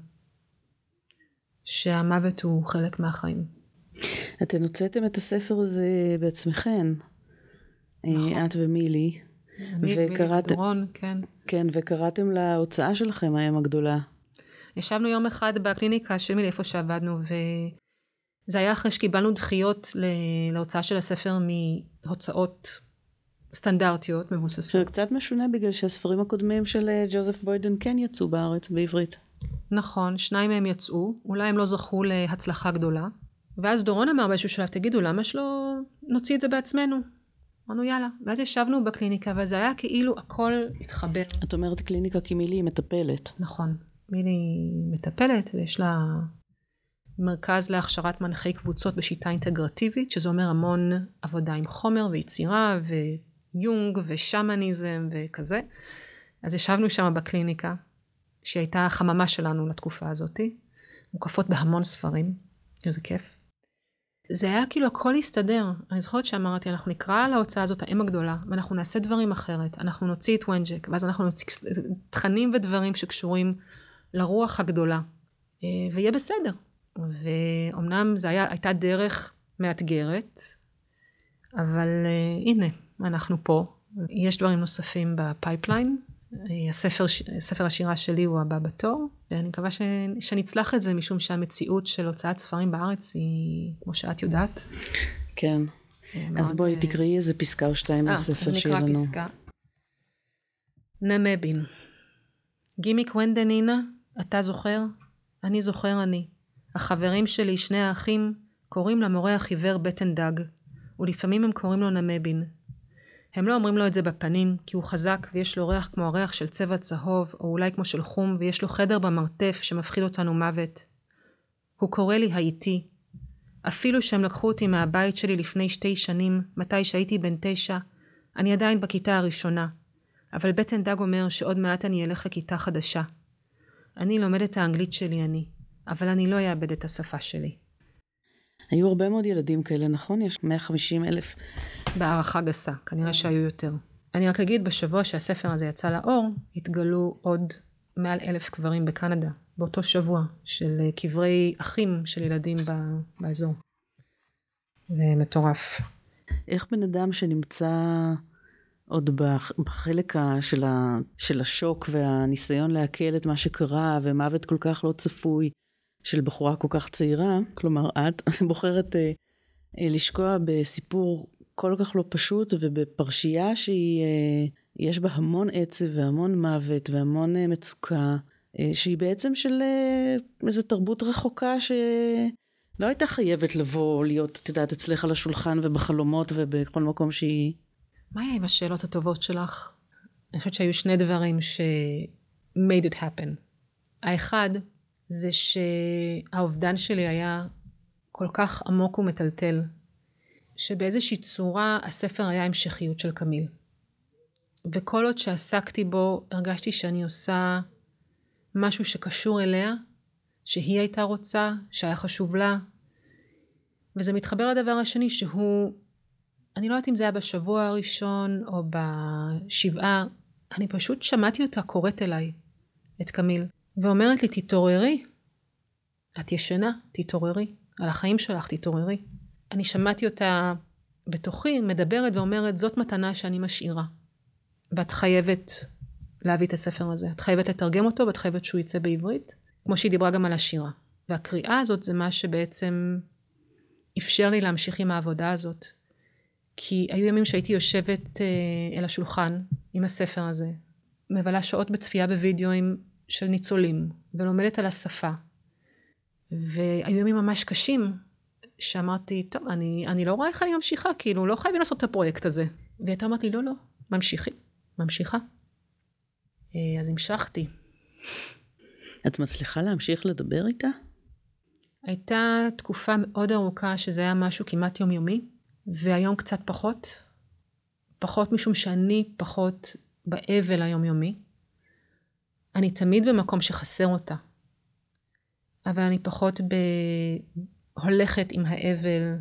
שהמוות הוא חלק מהחיים. אתן הוצאתם את הספר הזה בעצמכן. נכון. את ומילי. אני ומילי דורון, כן. כן, וקראתם להוצאה שלכם, האם הגדולה. ישבנו יום אחד בקליניקה של מילי, איפה שעבדנו, וזה היה אחרי שקיבלנו דחיות להוצאה של הספר מהוצאות סטנדרטיות מבוססות. זה קצת משונה בגלל שהספרים הקודמים של ג'וזף בוידן כן יצאו בארץ, בעברית. נכון, שניים מהם יצאו, אולי הם לא זכו להצלחה גדולה, ואז דורון אמר באיזשהו שלב, תגידו, למה שלא נוציא את זה בעצמנו? אמרנו יאללה, ואז ישבנו בקליניקה, וזה היה כאילו הכל התחבר. את אומרת קליניקה כי מילי היא מטפלת. נכון, מילי מטפלת, ויש לה מרכז להכשרת מנחי קבוצות בשיטה אינטגרטיבית, שזה אומר המון עבודה עם חומר ויצירה ויונג ושמניזם וכזה. אז ישבנו שם בקליניקה, שהייתה החממה שלנו לתקופה הזאת, מוקפות בהמון ספרים, איזה כיף. זה היה כאילו הכל הסתדר. אני זוכרת שאמרתי, אנחנו נקרא להוצאה הזאת האם הגדולה, ואנחנו נעשה דברים אחרת. אנחנו נוציא את ונג'ק, ואז אנחנו נוציא תכנים ודברים שקשורים לרוח הגדולה. ויהיה בסדר. ואומנם זו היה, הייתה דרך מאתגרת, אבל הנה, אנחנו פה. יש דברים נוספים בפייפליין. הספר, הספר השירה שלי הוא הבא בתור, ואני מקווה ש, שנצלח את זה, משום שהמציאות של הוצאת ספרים בארץ היא, כמו שאת יודעת. כן. אז בואי תקראי איזה פסקה או שתיים מהספר שיהיה לנו. אז נקרא פסקה. נמבין. גימיק ונדנינה, אתה זוכר? אני זוכר אני. החברים שלי, שני האחים, קוראים למורה החיוור בטן דג, ולפעמים הם קוראים לו נמבין. הם לא אומרים לו את זה בפנים, כי הוא חזק ויש לו ריח כמו הריח של צבע צהוב, או אולי כמו של חום, ויש לו חדר במרתף שמפחיד אותנו מוות. הוא קורא לי האיטי. אפילו שהם לקחו אותי מהבית שלי לפני שתי שנים, מתי שהייתי בן תשע, אני עדיין בכיתה הראשונה. אבל בטן דג אומר שעוד מעט אני אלך לכיתה חדשה. אני לומד את האנגלית שלי אני, אבל אני לא אאבד את השפה שלי. היו הרבה מאוד ילדים כאלה, נכון? יש מאה וחמישים אלף. בהערכה גסה, כנראה שהיו יותר. אני רק אגיד, בשבוע שהספר הזה יצא לאור, התגלו עוד מעל אלף קברים בקנדה, באותו שבוע, של קברי אחים של ילדים באזור. זה מטורף. איך בן אדם שנמצא עוד בחלק של, ה, של השוק והניסיון להקל את מה שקרה, ומוות כל כך לא צפוי, של בחורה כל כך צעירה, כלומר את בוחרת אה, אה, לשקוע בסיפור כל כך לא פשוט, ובפרשייה שהיא, אה, יש בה המון עצב והמון מוות והמון אה, מצוקה, אה, שהיא בעצם של אה, איזו תרבות רחוקה שלא הייתה חייבת לבוא, להיות, את יודעת, אצלך על השולחן ובחלומות ובכל מקום שהיא... מה היה עם השאלות הטובות שלך? אני חושבת שהיו שני דברים ש... made it happen. האחד, זה שהאובדן שלי היה כל כך עמוק ומטלטל, שבאיזושהי צורה הספר היה המשכיות של קמיל. וכל עוד שעסקתי בו, הרגשתי שאני עושה משהו שקשור אליה, שהיא הייתה רוצה, שהיה חשוב לה. וזה מתחבר לדבר השני שהוא, אני לא יודעת אם זה היה בשבוע הראשון או בשבעה, אני פשוט שמעתי אותה קוראת אליי, את קמיל. ואומרת לי, תתעוררי, את ישנה, תתעוררי, על החיים שלך, תתעוררי. אני שמעתי אותה בתוכי, מדברת ואומרת, זאת מתנה שאני משאירה. ואת חייבת להביא את הספר הזה, את חייבת לתרגם אותו, ואת חייבת שהוא יצא בעברית, כמו שהיא דיברה גם על השירה. והקריאה הזאת זה מה שבעצם אפשר לי להמשיך עם העבודה הזאת. כי היו ימים שהייתי יושבת אל השולחן עם הספר הזה, מבלה שעות בצפייה בווידאוים, של ניצולים, ולומדת על השפה. והיו ימים ממש קשים, שאמרתי, טוב, אני, אני לא רואה איך אני ממשיכה, כאילו, לא חייבים לעשות את הפרויקט הזה. והייתה אמרת לי, לא, לא, ממשיכי, ממשיכה. אז המשכתי. את מצליחה להמשיך לדבר איתה? הייתה תקופה מאוד ארוכה, שזה היה משהו כמעט יומיומי, והיום קצת פחות. פחות משום שאני פחות באבל היומיומי. אני תמיד במקום שחסר אותה, אבל אני פחות ב... הולכת עם האבל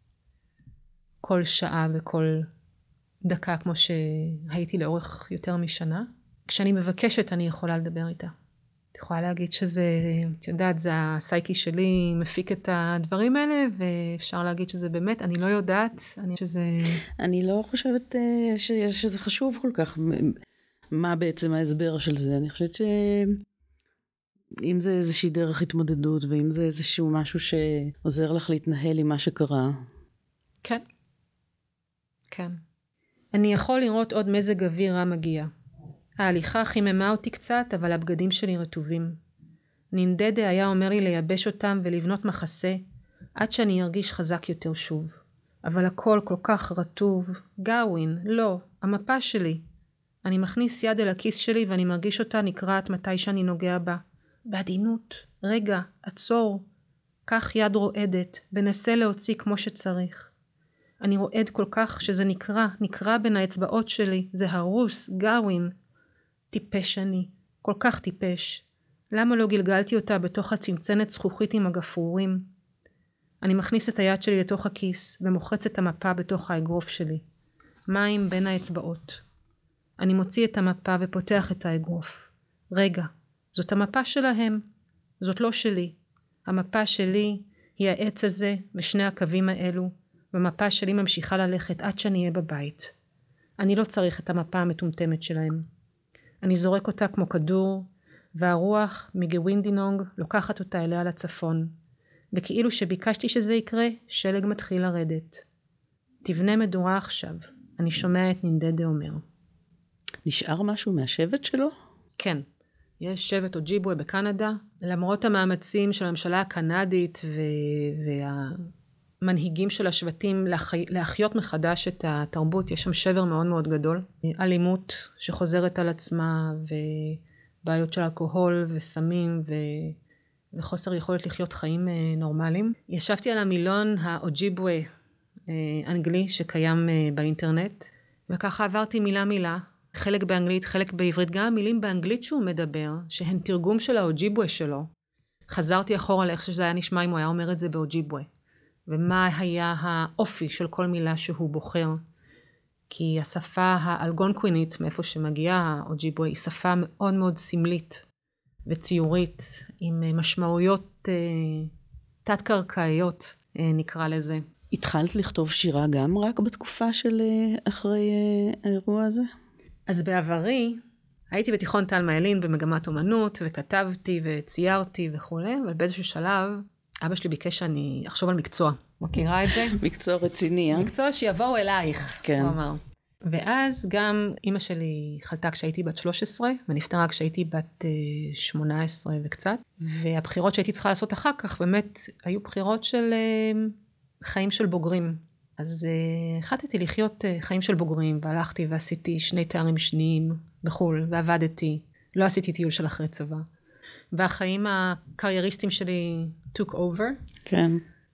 כל שעה וכל דקה, כמו שהייתי לאורך יותר משנה. כשאני מבקשת, אני יכולה לדבר איתה. את יכולה להגיד שזה, את יודעת, זה הסייקי שלי מפיק את הדברים האלה, ואפשר להגיד שזה באמת, אני לא יודעת, אני, שזה... אני לא חושבת ש... שזה חשוב כל כך. מה בעצם ההסבר של זה? אני חושבת שאם זה איזושהי דרך התמודדות, ואם זה איזשהו משהו שעוזר לך להתנהל עם מה שקרה. כן. כן. אני יכול לראות עוד מזג אוויר רע מגיע. ההליכה חיממה אותי קצת, אבל הבגדים שלי רטובים. נינדדה היה אומר לי לייבש אותם ולבנות מחסה, עד שאני ארגיש חזק יותר שוב. אבל הכל כל כך רטוב. גאווין, לא, המפה שלי. אני מכניס יד אל הכיס שלי ואני מרגיש אותה נקרעת מתי שאני נוגע בה. בעדינות, רגע, עצור. קח יד רועדת, ונסה להוציא כמו שצריך. אני רועד כל כך שזה נקרא, נקרא בין האצבעות שלי, זה הרוס, גרווין. טיפש אני, כל כך טיפש. למה לא גלגלתי אותה בתוך הצנצנת זכוכית עם הגפרורים? אני מכניס את היד שלי לתוך הכיס, ומוחץ את המפה בתוך האגרוף שלי. מים בין האצבעות. אני מוציא את המפה ופותח את האגרוף. רגע, זאת המפה שלהם, זאת לא שלי. המפה שלי היא העץ הזה ושני הקווים האלו, והמפה שלי ממשיכה ללכת עד שאני אהיה בבית. אני לא צריך את המפה המטומטמת שלהם. אני זורק אותה כמו כדור, והרוח מגווינדינונג לוקחת אותה אליה לצפון, וכאילו שביקשתי שזה יקרה, שלג מתחיל לרדת. תבנה מדורה עכשיו, אני שומע את נינדדה אומר. נשאר משהו מהשבט שלו? כן, יש שבט אוג'יבווה בקנדה, למרות המאמצים של הממשלה הקנדית והמנהיגים של השבטים להחי... להחיות מחדש את התרבות, יש שם שבר מאוד מאוד גדול, אלימות שחוזרת על עצמה ובעיות של אלכוהול וסמים ו... וחוסר יכולת לחיות חיים נורמליים. ישבתי על המילון האוג'יבווה אנגלי שקיים באינטרנט, וככה עברתי מילה מילה, חלק באנגלית, חלק בעברית, גם המילים באנגלית שהוא מדבר, שהן תרגום של האוג'יבווה שלו. חזרתי אחורה לאיך שזה היה נשמע אם הוא היה אומר את זה באוג'יבווה, ומה היה האופי של כל מילה שהוא בוחר. כי השפה האלגונקווינית, מאיפה שמגיעה האוג'יבווה, היא שפה מאוד מאוד סמלית וציורית, עם משמעויות אה, תת-קרקעיות, אה, נקרא לזה. התחלת לכתוב שירה גם רק בתקופה של אחרי אה, האירוע הזה? אז בעברי, הייתי בתיכון תל מעלין במגמת אומנות, וכתבתי וציירתי וכו', אבל באיזשהו שלב, אבא שלי ביקש שאני אחשוב על מקצוע. מכירה את זה? מקצוע רציני, אה? מקצוע שיבואו אלייך, כן. הוא אמר. ואז גם אמא שלי חלתה כשהייתי בת שלוש עשרה, ונפטרה כשהייתי בת שמונה עשרה וקצת, והבחירות שהייתי צריכה לעשות אחר כך, באמת היו בחירות של חיים של בוגרים. אז החלטתי לחיות חיים של בוגרים, והלכתי ועשיתי שני תארים שניים בחול, ועבדתי, לא עשיתי טיול של אחרי צבא. והחיים הקרייריסטים שלי took over. כן.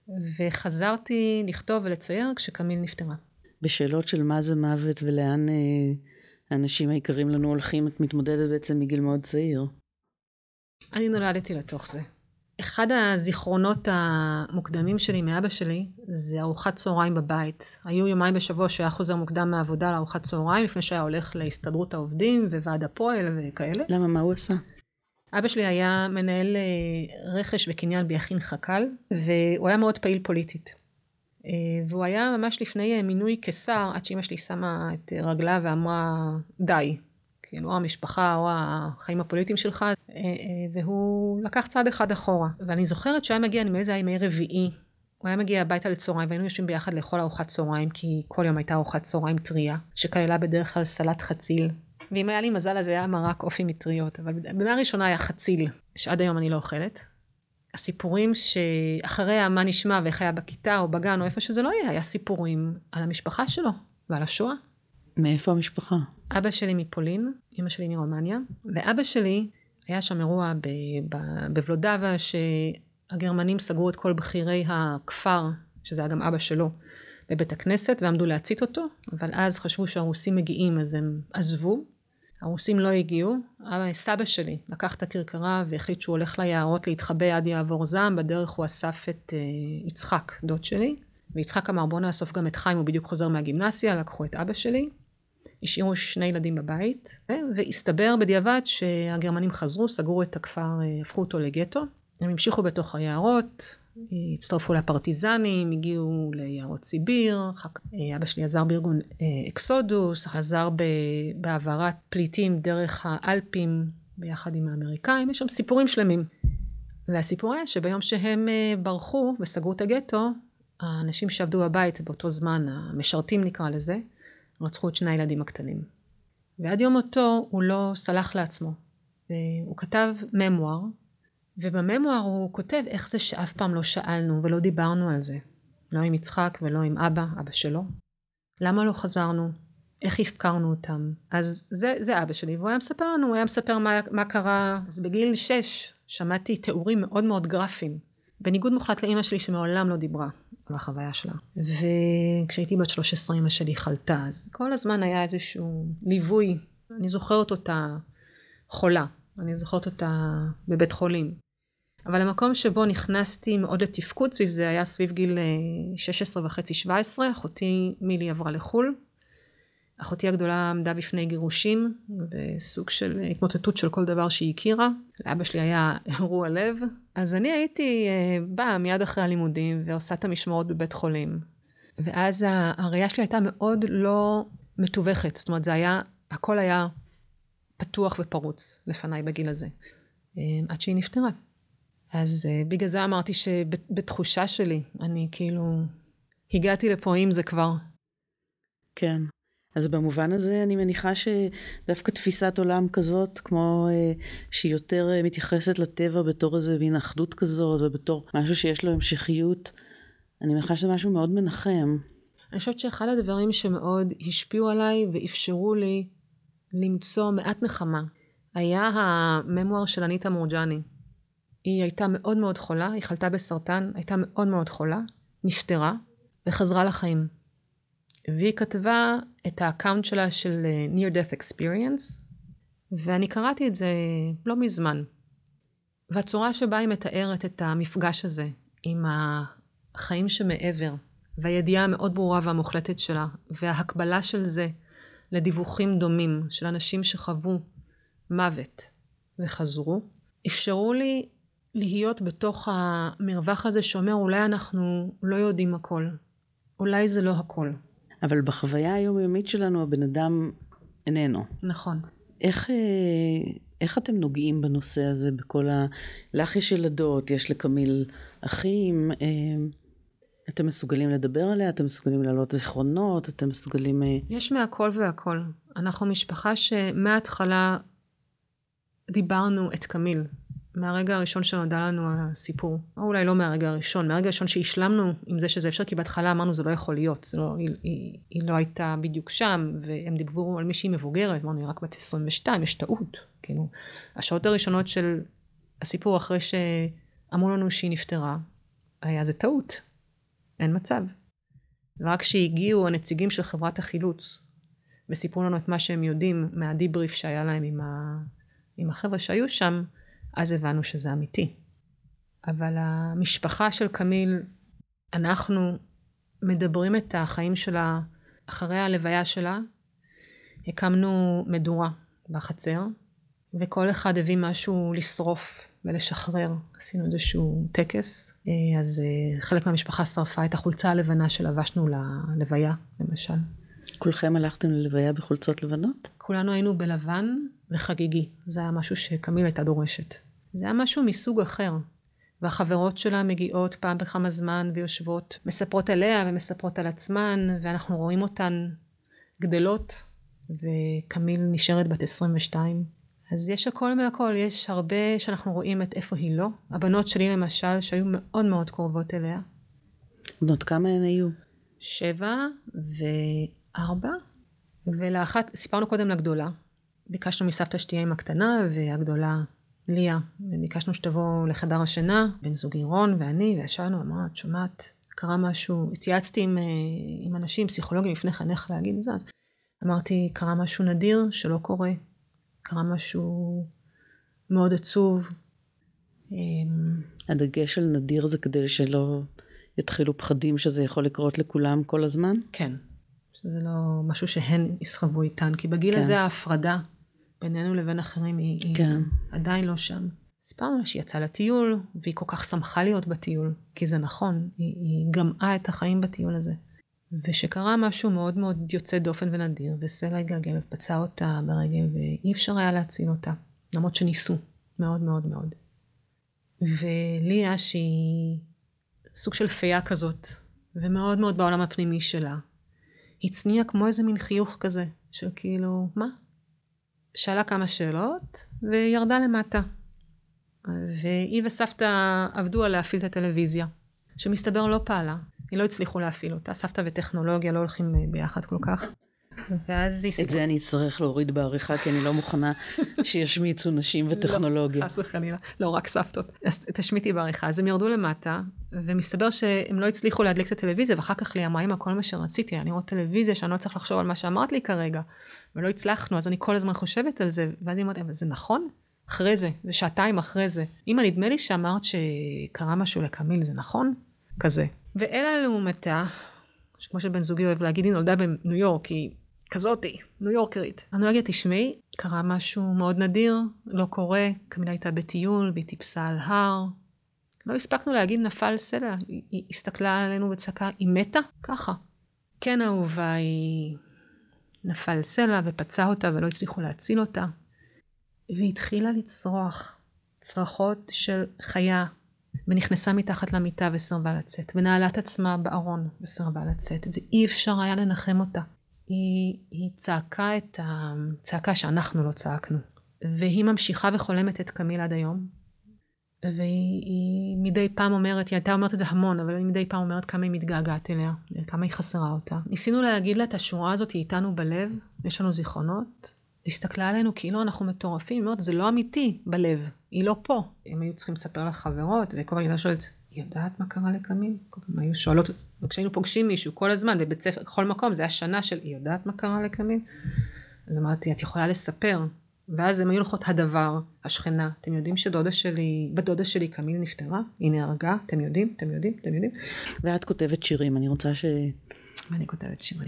וחזרתי לכתוב ולצייר כשקמיל נפטרה. בשאלות של מה זה מוות ולאן אה, האנשים העיקרים לנו הולכים, את מתמודדת בעצם מגיל מאוד צעיר. אני נולדתי לתוך זה. אחד הזיכרונות המוקדמים שלי מאבא שלי, זה ארוחת צהריים בבית. היו יומיים בשבוע שהיה חוזר מוקדם מהעבודה לארוחת צהריים, לפני שהיה הולך להסתדרות העובדים וועד הפועל וכאלה. למה, מה הוא עשה? אבא שלי היה מנהל רכש וקניין ביחין חק"ל, והוא היה מאוד פעיל פוליטית. והוא היה ממש לפני מינוי כשר, עד שאמא שלי שמה את רגלה ואמרה, די, כאילו, או המשפחה או החיים הפוליטיים שלך, והוא לקח צעד אחד אחורה. ואני זוכרת שהיה מגיע, אני מאיזה ימי רביעי, הוא היה מגיע הביתה לצהריים, והיינו יושבים ביחד לאכול ארוחת צהריים, כי כל יום הייתה ארוחת צהריים טריה, שכללה בדרך כלל סלט חציל. ואם היה לי מזל, אז היה מרק אופי מטריות, אבל בנה הראשונה היה חציל, שעד היום אני לא אוכלת. הסיפורים שאחריה מה נשמע ואיך היה בכיתה או בגן או איפה שזה לא היה, היה סיפורים על המשפחה שלו ועל השואה. מאיפה המשפחה? אבא שלי מפולין, אמא שלי מרומניה, ואבא שלי היה שם אירוע בוולודבה שהגרמנים סגרו את כל בכירי הכפר, שזה היה גם אבא שלו, בבית הכנסת ועמדו להצית אותו, אבל אז חשבו שהרוסים מגיעים אז הם עזבו. הרוסים לא הגיעו, אבא, סבא שלי לקח את הכרכרה והחליט שהוא הולך ליערות להתחבא עד יעבור זעם, בדרך הוא אסף את uh, יצחק, דוד שלי, ויצחק אמר בוא נאסוף גם את חיים, הוא בדיוק חוזר מהגימנסיה, לקחו את אבא שלי, השאירו שני ילדים בבית, והסתבר בדיעבד שהגרמנים חזרו, סגרו את הכפר, הפכו אותו לגטו, הם המשיכו בתוך היערות, הצטרפו לפרטיזנים, הגיעו ליערות סיביר, אבא שלי עזר בארגון אקסודוס, עזר בהעברת פליטים דרך האלפים ביחד עם האמריקאים, יש שם סיפורים שלמים. והסיפור היה שביום שהם ברחו וסגרו את הגטו, האנשים שעבדו בבית באותו זמן, המשרתים נקרא לזה, רצחו את שני הילדים הקטנים. ועד יום מותו הוא לא סלח לעצמו, והוא כתב ממואר, ובממואר הוא כותב איך זה שאף פעם לא שאלנו ולא דיברנו על זה. לא עם יצחק ולא עם אבא, אבא שלו. למה לא חזרנו? איך הפקרנו אותם? אז זה, זה אבא שלי, והוא היה מספר לנו, הוא היה מספר מה, מה קרה. אז בגיל שש שמעתי תיאורים מאוד מאוד גרפיים, בניגוד מוחלט לאמא שלי שמעולם לא דיברה על החוויה שלה. וכשהייתי בת שלוש עשרה אמא שלי חלתה, אז כל הזמן היה איזשהו ליווי. אני זוכרת אותה חולה, אני זוכרת אותה בבית חולים. אבל המקום שבו נכנסתי מאוד לתפקוד סביב זה היה סביב גיל שש עשרה וחצי שבע עשרה, אחותי מילי עברה לחול. אחותי הגדולה עמדה בפני גירושים, בסוג של התמוטטות של כל דבר שהיא הכירה. לאבא שלי היה אירוע לב. אז אני הייתי באה מיד אחרי הלימודים ועושה את המשמרות בבית חולים. ואז הראייה שלי הייתה מאוד לא מתווכת. זאת אומרת, זה היה, הכל היה פתוח ופרוץ לפניי בגיל הזה. עד שהיא נפטרה. אז בגלל זה אמרתי שבתחושה שלי, אני כאילו, הגעתי לפה עם זה כבר. כן. אז במובן הזה אני מניחה שדווקא תפיסת עולם כזאת, כמו שהיא יותר מתייחסת לטבע בתור איזה מין אחדות כזאת, ובתור משהו שיש לו המשכיות, אני מניחה שזה משהו מאוד מנחם. אני חושבת שאחד הדברים שמאוד השפיעו עליי ואפשרו לי למצוא מעט נחמה, היה הממואר של אניטה מורג'ני. היא הייתה מאוד מאוד חולה, היא חלתה בסרטן, הייתה מאוד מאוד חולה, נפטרה וחזרה לחיים. והיא כתבה את האקאונט שלה של near death experience, ואני קראתי את זה לא מזמן. והצורה שבה היא מתארת את המפגש הזה עם החיים שמעבר, והידיעה המאוד ברורה והמוחלטת שלה, וההקבלה של זה לדיווחים דומים של אנשים שחוו מוות וחזרו, אפשרו לי להיות בתוך המרווח הזה שאומר אולי אנחנו לא יודעים הכל, אולי זה לא הכל. אבל בחוויה היומיומית שלנו הבן אדם איננו. נכון. איך, איך אתם נוגעים בנושא הזה בכל ה... לך יש ילדות, יש לקמיל אחים, אתם מסוגלים לדבר עליה, אתם מסוגלים להעלות זיכרונות, אתם מסוגלים... יש מהכל והכל. אנחנו משפחה שמההתחלה דיברנו את קמיל. מהרגע הראשון שנודע לנו הסיפור, או אולי לא מהרגע הראשון, מהרגע הראשון שהשלמנו עם זה שזה אפשר, כי בהתחלה אמרנו זה לא יכול להיות, זה לא, היא, היא, היא לא הייתה בדיוק שם, והם דיברו על מישהי מבוגרת, אמרנו היא רק בת עשרים ושתיים, יש טעות, כאילו, השעות הראשונות של הסיפור אחרי שאמרו לנו שהיא נפטרה, היה זה טעות, אין מצב. ורק כשהגיעו הנציגים של חברת החילוץ, וסיפרו לנו את מה שהם יודעים מהדיבריף שהיה להם עם, ה, עם החבר'ה שהיו שם, אז הבנו שזה אמיתי. אבל המשפחה של קמיל, אנחנו מדברים את החיים שלה אחרי הלוויה שלה, הקמנו מדורה בחצר, וכל אחד הביא משהו לשרוף ולשחרר. עשינו איזשהו טקס, אז חלק מהמשפחה שרפה את החולצה הלבנה שלבשנו ללוויה, למשל. כולכם הלכתם ללוויה בחולצות לבנות? כולנו היינו בלבן וחגיגי. זה היה משהו שקמיל הייתה דורשת. זה היה משהו מסוג אחר. והחברות שלה מגיעות פעם בכמה זמן ויושבות, מספרות עליה ומספרות על עצמן, ואנחנו רואים אותן גדלות, וקמיל נשארת בת עשרים ושתיים. אז יש הכל מהכל, יש הרבה שאנחנו רואים את איפה היא לא. הבנות שלי למשל, שהיו מאוד מאוד קרובות אליה. בנות כמה הן היו? שבע וארבע. ולאחת, סיפרנו קודם לגדולה. ביקשנו מסבתא שתהיה עם הקטנה, והגדולה ליה. וביקשנו שתבוא לחדר השינה, בן זוגי רון ואני, וישבנו, אמרה, את שומעת, קרה משהו, התייעצתי עם, עם אנשים, פסיכולוגים, לפני כן איך להגיד את זה, אז אמרתי, קרה משהו נדיר שלא קורה, קרה משהו מאוד עצוב. הדגש של נדיר זה כדי שלא יתחילו פחדים שזה יכול לקרות לכולם כל הזמן? כן, שזה לא משהו שהן יסחבו איתן, כי בגיל כן. הזה ההפרדה בינינו לבין אחרים היא, כן. היא עדיין לא שם. סיפרנו לה שהיא יצאה לטיול, והיא כל כך שמחה להיות בטיול, כי זה נכון, היא, היא גמעה את החיים בטיול הזה. ושקרה משהו מאוד מאוד יוצא דופן ונדיר, וסלע הגלגל ופצע אותה ברגל, ואי אפשר היה להציל אותה, למרות שניסו, מאוד מאוד מאוד. וליה שהיא סוג של פייה כזאת, ומאוד מאוד בעולם הפנימי שלה, הצניעה כמו איזה מין חיוך כזה, של כאילו, מה? שאלה כמה שאלות, וירדה למטה. והיא וסבתא עבדו על להפעיל את הטלוויזיה, שמסתבר לא פעלה. היא לא הצליחו להפעיל אותה. סבתא וטכנולוגיה לא הולכים ביחד כל כך. ואז היא... את זה אני אצטרך להוריד בעריכה, כי אני לא מוכנה שישמיצו נשים וטכנולוגיה. לא, חס וחלילה. לא, רק סבתות. אז תשמיטי בעריכה. אז הם ירדו למטה, ומסתבר שהם לא הצליחו להדליק את הטלוויזיה, ואחר כך לי אמרה, אמא, כל מה שרציתי, אני לראות טלוויזיה, שאני לא צריך לחשוב על מה שאמרת לי כרגע, ולא הצלחנו, אז אני כל הזמן חושבת על זה, ואז היא אומרת, אבל זה נכון? אחרי זה, זה שעתיים אחרי זה. אמא, נדמה לי שאמרת שקרה משהו לקמיל, זה נכון? כזה. ואלה לעומתה, שכמו שבן זוגי אוהב להגיד, היא נולדה בניו יורק, היא כזאתי, ניו יורקרית. אני לא אגיד, תשמעי, קרה משהו מאוד נדיר, לא קורה, קמילה הייתה בטיול, והיא טיפסה על הר. לא הספקנו להגיד, נפל סלע, היא, היא הסתכלה עלינו וצעקה, היא מתה? ככה. כן, אהובה, היא נפל סלע ופצע אותה ולא הצליחו להציל אותה. והיא התחילה לצרוח, צרחות של חיה, ונכנסה מתחת למיטה וסרבה לצאת, ונעלת עצמה בארון וסרבה לצאת, ואי אפשר היה לנחם אותה. היא, היא צעקה את הצעקה שאנחנו לא צעקנו, והיא ממשיכה וחולמת את קמיל עד היום, והיא היא מדי פעם אומרת, היא הייתה אומרת את זה המון, אבל היא מדי פעם אומרת כמה היא מתגעגעת אליה, כמה היא חסרה אותה. ניסינו להגיד לה את השורה הזאת, היא איתנו בלב, יש לנו זיכרונות, הסתכלה עלינו כאילו אנחנו מטורפים, היא אומרת, זה לא אמיתי בלב, היא לא פה. הם היו צריכים לספר לחברות, וכל פעם היא שואלת, היא יודעת מה קרה לקמיל? כל פעם היו שואלות, וכשהיינו פוגשים מישהו כל הזמן, בבית ספר, בכל מקום, זה היה שנה של, היא יודעת מה קרה לקמיל? אז אמרתי, את יכולה לספר, ואז הם היו לוחות הדבר, השכנה, אתם יודעים שדודה שלי, בדודה שלי קמיל נפטרה, היא נהרגה, אתם יודעים, אתם יודעים, אתם יודעים. ואת כותבת שירים, אני רוצה ש... אני כותבת שירים.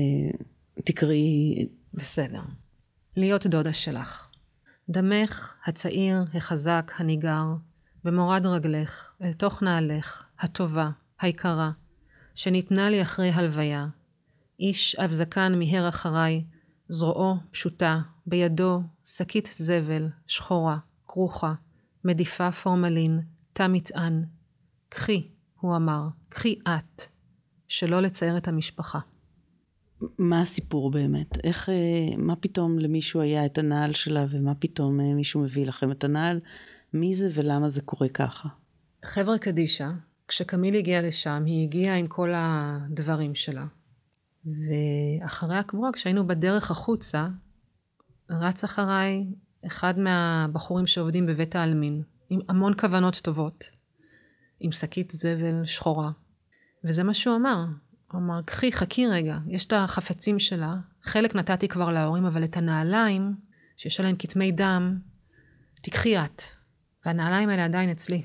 שתקראי... בסדר. להיות דודה שלך. דמך, הצעיר, החזק, הניגר, במורד רגלך, אל תוך נעלך, הטובה, היקרה, שניתנה לי אחרי הלוויה. איש אב זקן מיהר אחריי, זרועו פשוטה, בידו שקית זבל, שחורה, כרוכה, מדיפה פורמלין, תא מטען. קחי, הוא אמר, קחי את, שלא לצייר את המשפחה. מה הסיפור באמת? איך, מה פתאום למישהו היה את הנעל שלה, ומה פתאום מישהו מביא לכם את הנעל? מי זה ולמה זה קורה ככה? חבר'ה קדישה, כשקמיל הגיעה לשם, היא הגיעה עם כל הדברים שלה. ואחרי הקבורה, כשהיינו בדרך החוצה, רץ אחריי אחד מהבחורים שעובדים בבית העלמין, עם המון כוונות טובות, עם שקית זבל שחורה. וזה מה שהוא אמר. הוא אמר, קחי, חכי רגע, יש את החפצים שלה, חלק נתתי כבר להורים, אבל את הנעליים, שיש עליהם כתמי דם, תקחי את. והנעליים האלה עדיין אצלי.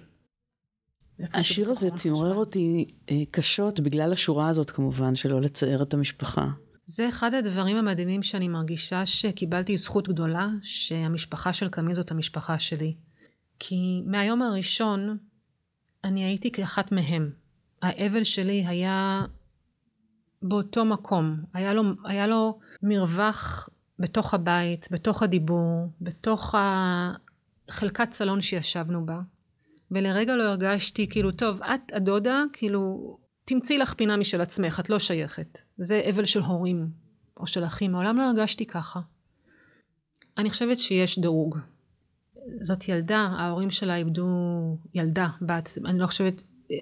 השיר הזה צמרר אותי קשות, בגלל השורה הזאת כמובן, שלא לצייר את המשפחה. זה אחד הדברים המדהימים שאני מרגישה שקיבלתי זכות גדולה, שהמשפחה של קמיל זאת המשפחה שלי. כי מהיום הראשון, אני הייתי כאחת מהם. האבל שלי היה באותו מקום. היה לו, היה לו מרווח בתוך הבית, בתוך הדיבור, בתוך חלקת סלון שישבנו בה. ולרגע לא הרגשתי, כאילו, טוב, את הדודה, כאילו, תמצאי לך פינה משל עצמך, את לא שייכת. זה אבל של הורים, או של אחים, מעולם לא הרגשתי ככה. אני חושבת שיש דירוג. זאת ילדה, ההורים שלה איבדו ילדה, בת, אני לא חושבת,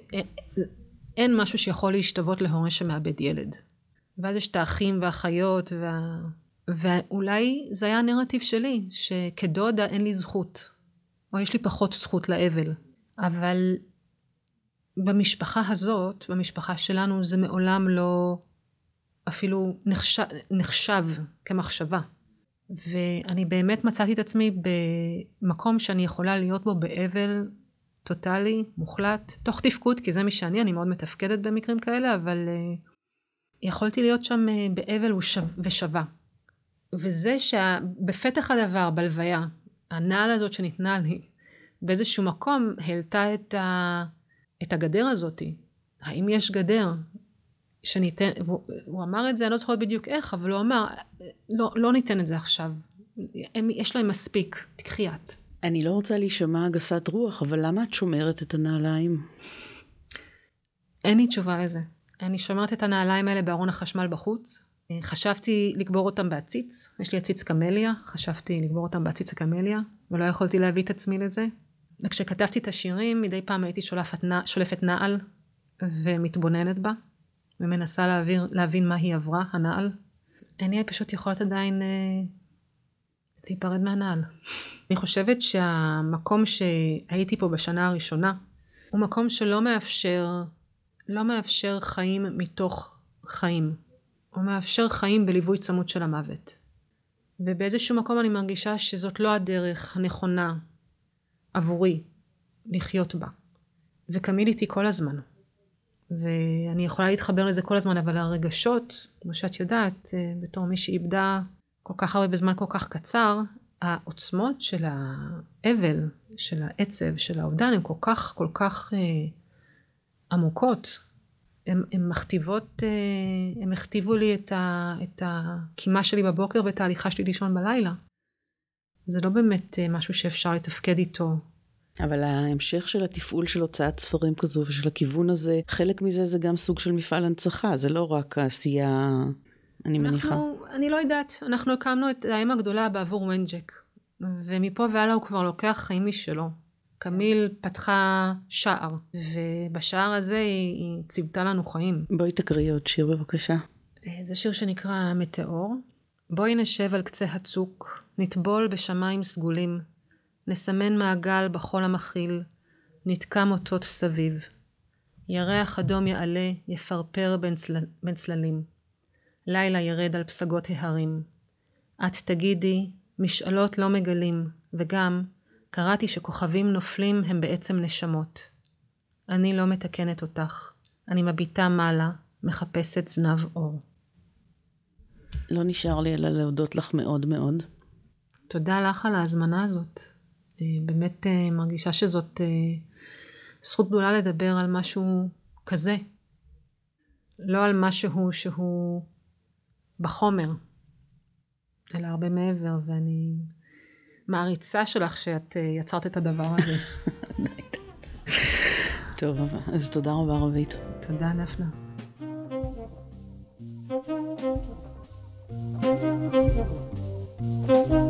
אין משהו שיכול להשתוות להורים שמאבד ילד. ואז יש את האחים והאחיות, וה... ואולי זה היה הנרטיב שלי, שכדודה אין לי זכות, או יש לי פחות זכות לאבל. אבל במשפחה הזאת, במשפחה שלנו, זה מעולם לא אפילו נחשב, נחשב כמחשבה. ואני באמת מצאתי את עצמי במקום שאני יכולה להיות בו באבל טוטלי, מוחלט, תוך תפקוד, כי זה מי שאני, אני מאוד מתפקדת במקרים כאלה, אבל uh, יכולתי להיות שם uh, באבל ושווה. וזה שבפתח הדבר, בלוויה, הנעל הזאת שניתנה לי, באיזשהו מקום העלתה את, ה, את הגדר הזאת. האם יש גדר שניתן, הוא, הוא אמר את זה, אני לא זוכרת בדיוק איך, אבל הוא אמר, לא, לא ניתן את זה עכשיו. הם, יש להם מספיק, תקחי את. אני לא רוצה להישמע גסת רוח, אבל למה את שומרת את הנעליים? אין לי תשובה לזה. אני שומרת את הנעליים האלה בארון החשמל בחוץ. חשבתי לקבור אותם בעציץ, יש לי עציץ קמליה, חשבתי לקבור אותם בעציץ הקמליה, ולא יכולתי להביא את עצמי לזה. וכשכתבתי את השירים, מדי פעם הייתי שולפת, שולפת נעל ומתבוננת בה, ומנסה להבין, להבין מה היא עברה, הנעל. אני פשוט יכולת עדיין אה, להיפרד מהנעל. אני חושבת שהמקום שהייתי פה בשנה הראשונה, הוא מקום שלא מאפשר, לא מאפשר חיים מתוך חיים. הוא מאפשר חיים בליווי צמוד של המוות. ובאיזשהו מקום אני מרגישה שזאת לא הדרך הנכונה עבורי לחיות בה. וקמיל איתי כל הזמן. ואני יכולה להתחבר לזה כל הזמן, אבל הרגשות, כמו שאת יודעת, בתור מי שאיבדה כל כך הרבה בזמן כל כך קצר, העוצמות של האבל, של העצב, של האובדן, הן כל כך, כל כך אה, עמוקות. הן, הן מכתיבות, אה, הן הכתיבו לי את, ה, את הקימה שלי בבוקר ואת ההליכה שלי לישון בלילה. זה לא באמת אה, משהו שאפשר לתפקד איתו. אבל ההמשך של התפעול של הוצאת ספרים כזו ושל הכיוון הזה, חלק מזה זה גם סוג של מפעל הנצחה, זה לא רק העשייה, אני מניחה. אנחנו, אני לא יודעת, אנחנו הקמנו את האם הגדולה בעבור ונג'ק, ומפה ועלה הוא כבר לוקח חיים משלו. קמיל פתחה שער, ובשער הזה היא, היא ציוותה לנו חיים. בואי תקריאי עוד שיר בבקשה. זה שיר שנקרא מטאור. בואי נשב על קצה הצוק, נטבול בשמיים סגולים, נסמן מעגל בחול המכיל, נתקע מוטות סביב. ירח אדום יעלה, יפרפר בין, צל... בין צללים. לילה ירד על פסגות ההרים. את תגידי, משאלות לא מגלים, וגם קראתי שכוכבים נופלים הם בעצם נשמות. אני לא מתקנת אותך, אני מביטה מעלה, מחפשת זנב אור. לא נשאר לי אלא להודות לך מאוד מאוד. תודה לך על ההזמנה הזאת. באמת מרגישה שזאת זכות גדולה לדבר על משהו כזה. לא על משהו שהוא בחומר, אלא הרבה מעבר, ואני מעריצה שלך שאת יצרת את הדבר הזה. טוב, אז תודה רבה רבית. תודה דפנה. Thank you.